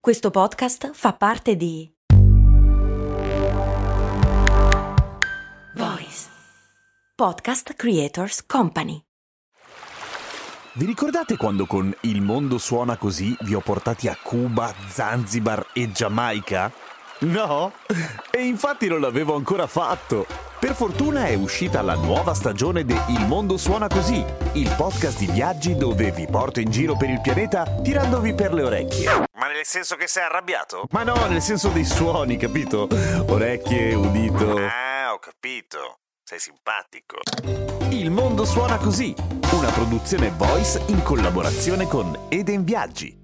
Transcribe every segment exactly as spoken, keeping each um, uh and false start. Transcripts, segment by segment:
Questo podcast fa parte di Voice Podcast Creators Company. Vi ricordate quando con Il mondo suona così vi ho portati a Cuba, Zanzibar e Giamaica? No? E infatti non l'avevo ancora fatto. Per fortuna è uscita la nuova stagione di Il mondo suona così, il podcast di viaggi dove vi porto in giro per il pianeta tirandovi per le orecchie. Ma nel senso che sei arrabbiato? Ma no, nel senso dei suoni, capito? Orecchie, udito. Ah, ho capito. Sei simpatico. Il mondo suona così, una produzione Voice in collaborazione con Eden Viaggi.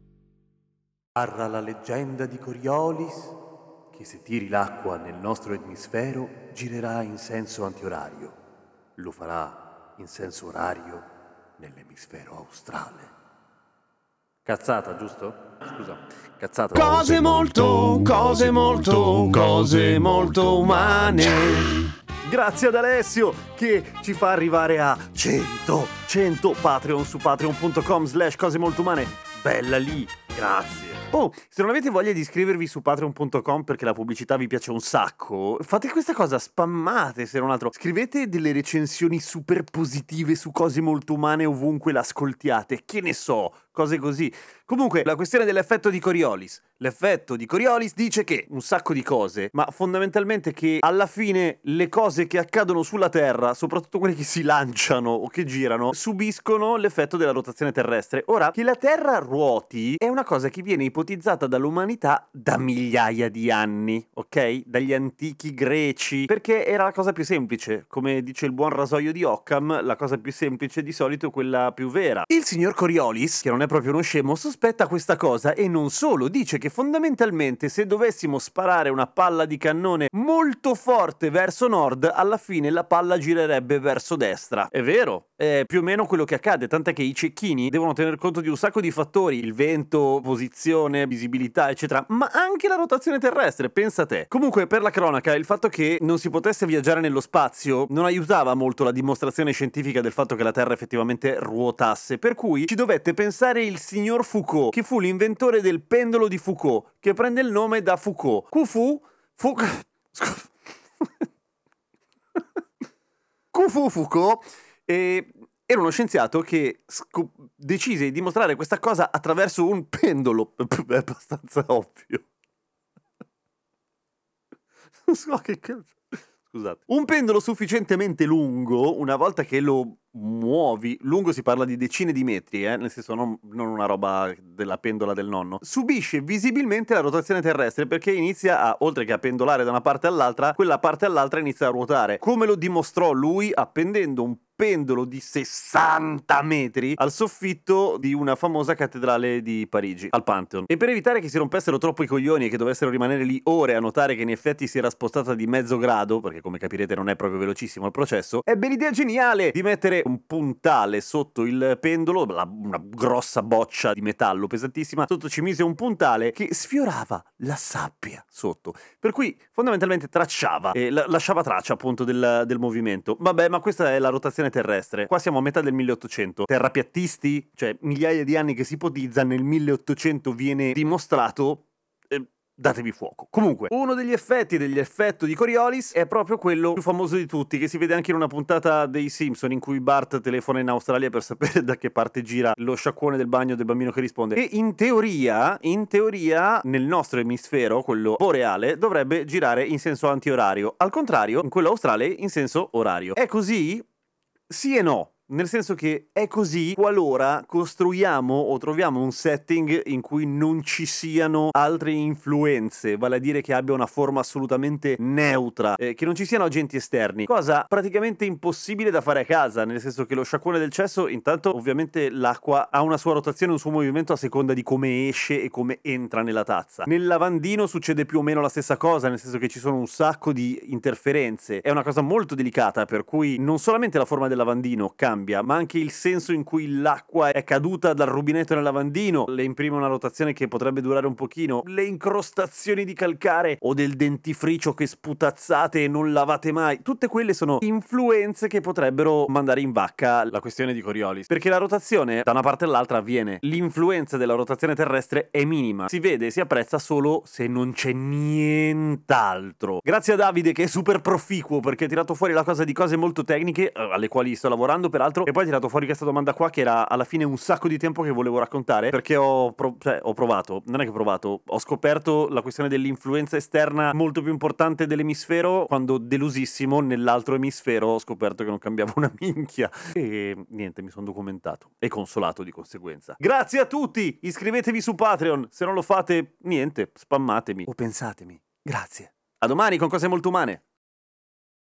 Narra la leggenda di Coriolis che se tiri l'acqua nel nostro emisfero girerà in senso antiorario. Lo farà in senso orario nell'emisfero australe. Cazzata, giusto? Scusa, cazzata. Cose molto, cose molto, cose molto umane. Grazie ad Alessio che ci fa arrivare a cento, cento Patreon su patreon.com slash cose molto umane. Bella lì, grazie. Oh, se non avete voglia di iscrivervi su patreon punto com perché la pubblicità vi piace un sacco, fate questa cosa, spammate se non altro. Scrivete delle recensioni super positive su cose molto umane ovunque l'ascoltiate, che ne so, cose così. Comunque, la questione dell'effetto di Coriolis. L'effetto di Coriolis dice che un sacco di cose, ma fondamentalmente che alla fine le cose che accadono sulla Terra, soprattutto quelle che si lanciano o che girano, subiscono l'effetto della rotazione terrestre. Ora, che la Terra ruoti è una cosa che viene ipotizzata dall'umanità da migliaia di anni, ok? Dagli antichi greci, perché era la cosa più semplice. Come dice il buon rasoio di Occam, la cosa più semplice di solito è quella più vera. Il signor Coriolis, che non è proprio uno scemo, sospetta questa cosa e non solo, dice che fondamentalmente se dovessimo sparare una palla di cannone molto forte verso nord, alla fine la palla girerebbe verso destra. È vero, è più o meno quello che accade, tant'è che i cecchini devono tener conto di un sacco di fattori, il vento, posizione, visibilità, eccetera, ma anche la rotazione terrestre, pensa te. Comunque, per la cronaca, il fatto che non si potesse viaggiare nello spazio non aiutava molto la dimostrazione scientifica del fatto che la Terra effettivamente ruotasse, per cui ci dovette pensare il signor Foucault, che fu l'inventore del pendolo di Foucault, che prende il nome da Foucault. Cufu Foucault Cufu Foucault e era uno scienziato che sco- decise di dimostrare questa cosa attraverso un pendolo. È abbastanza ovvio. Non so che cazzo. Scusate. Un pendolo sufficientemente lungo, una volta che lo muovi, lungo si parla di decine di metri, eh, nel senso non, non una roba della pendola del nonno, subisce visibilmente la rotazione terrestre perché inizia a, oltre che a pendolare da una parte all'altra, quella parte all'altra inizia a ruotare. Come lo dimostrò lui appendendo un pendolo di sessanta metri al soffitto di una famosa cattedrale di Parigi, al Pantheon. E per evitare che si rompessero troppo i coglioni e che dovessero rimanere lì ore a notare che in effetti si era spostata di mezzo grado, perché come capirete non è proprio velocissimo il processo, ebbe l'idea geniale di mettere un puntale sotto il pendolo, la, una grossa boccia di metallo pesantissima, sotto ci mise un puntale che sfiorava la sabbia sotto, per cui fondamentalmente tracciava e la, lasciava traccia appunto del, del movimento. Vabbè, ma questa è la rotazione terrestre. Qua siamo a metà del milleottocento. Terrapiattisti? Cioè, migliaia di anni che si ipotizza, nel milleottocento viene dimostrato. Eh, datevi fuoco. Comunque, uno degli effetti dell'effetto di Coriolis è proprio quello più famoso di tutti, che si vede anche in una puntata dei Simpson in cui Bart telefona in Australia per sapere da che parte gira lo sciacquone del bagno del bambino che risponde. E in teoria, in teoria, nel nostro emisfero, quello boreale, dovrebbe girare in senso antiorario. Al contrario, in quello australe, in senso orario. È così? Sì e no. Nel senso che è così qualora costruiamo o troviamo un setting in cui non ci siano altre influenze, vale a dire che abbia una forma assolutamente neutra, eh, che non ci siano agenti esterni, cosa praticamente impossibile da fare a casa, nel senso che lo sciacquone del cesso, intanto ovviamente l'acqua ha una sua rotazione, un suo movimento a seconda di come esce e come entra nella tazza. Nel lavandino succede più o meno la stessa cosa, nel senso che ci sono un sacco di interferenze, è una cosa molto delicata, per cui non solamente la forma del lavandino cambia, cambia, ma anche il senso in cui l'acqua è caduta dal rubinetto nel lavandino le imprime una rotazione che potrebbe durare un pochino, le incrostazioni di calcare o del dentifricio che sputazzate e non lavate mai, tutte quelle sono influenze che potrebbero mandare in vacca la questione di Coriolis, perché la rotazione da una parte all'altra avviene, l'influenza della rotazione terrestre è minima, si vede e si apprezza solo se non c'è nient'altro. Grazie a Davide che è super proficuo perché ha tirato fuori la cosa di cose molto tecniche, alle quali sto lavorando peraltro, e poi ha tirato fuori questa domanda qua che era alla fine un sacco di tempo che volevo raccontare, perché ho, pro- cioè, ho provato, non è che ho provato, ho scoperto la questione dell'influenza esterna molto più importante dell'emisfero quando delusissimo nell'altro emisfero ho scoperto che non cambiava una minchia e niente, mi sono documentato e consolato di conseguenza. Grazie a tutti, iscrivetevi su Patreon, se non lo fate niente, spammatemi o pensatemi. Grazie. A domani con cose molto umane.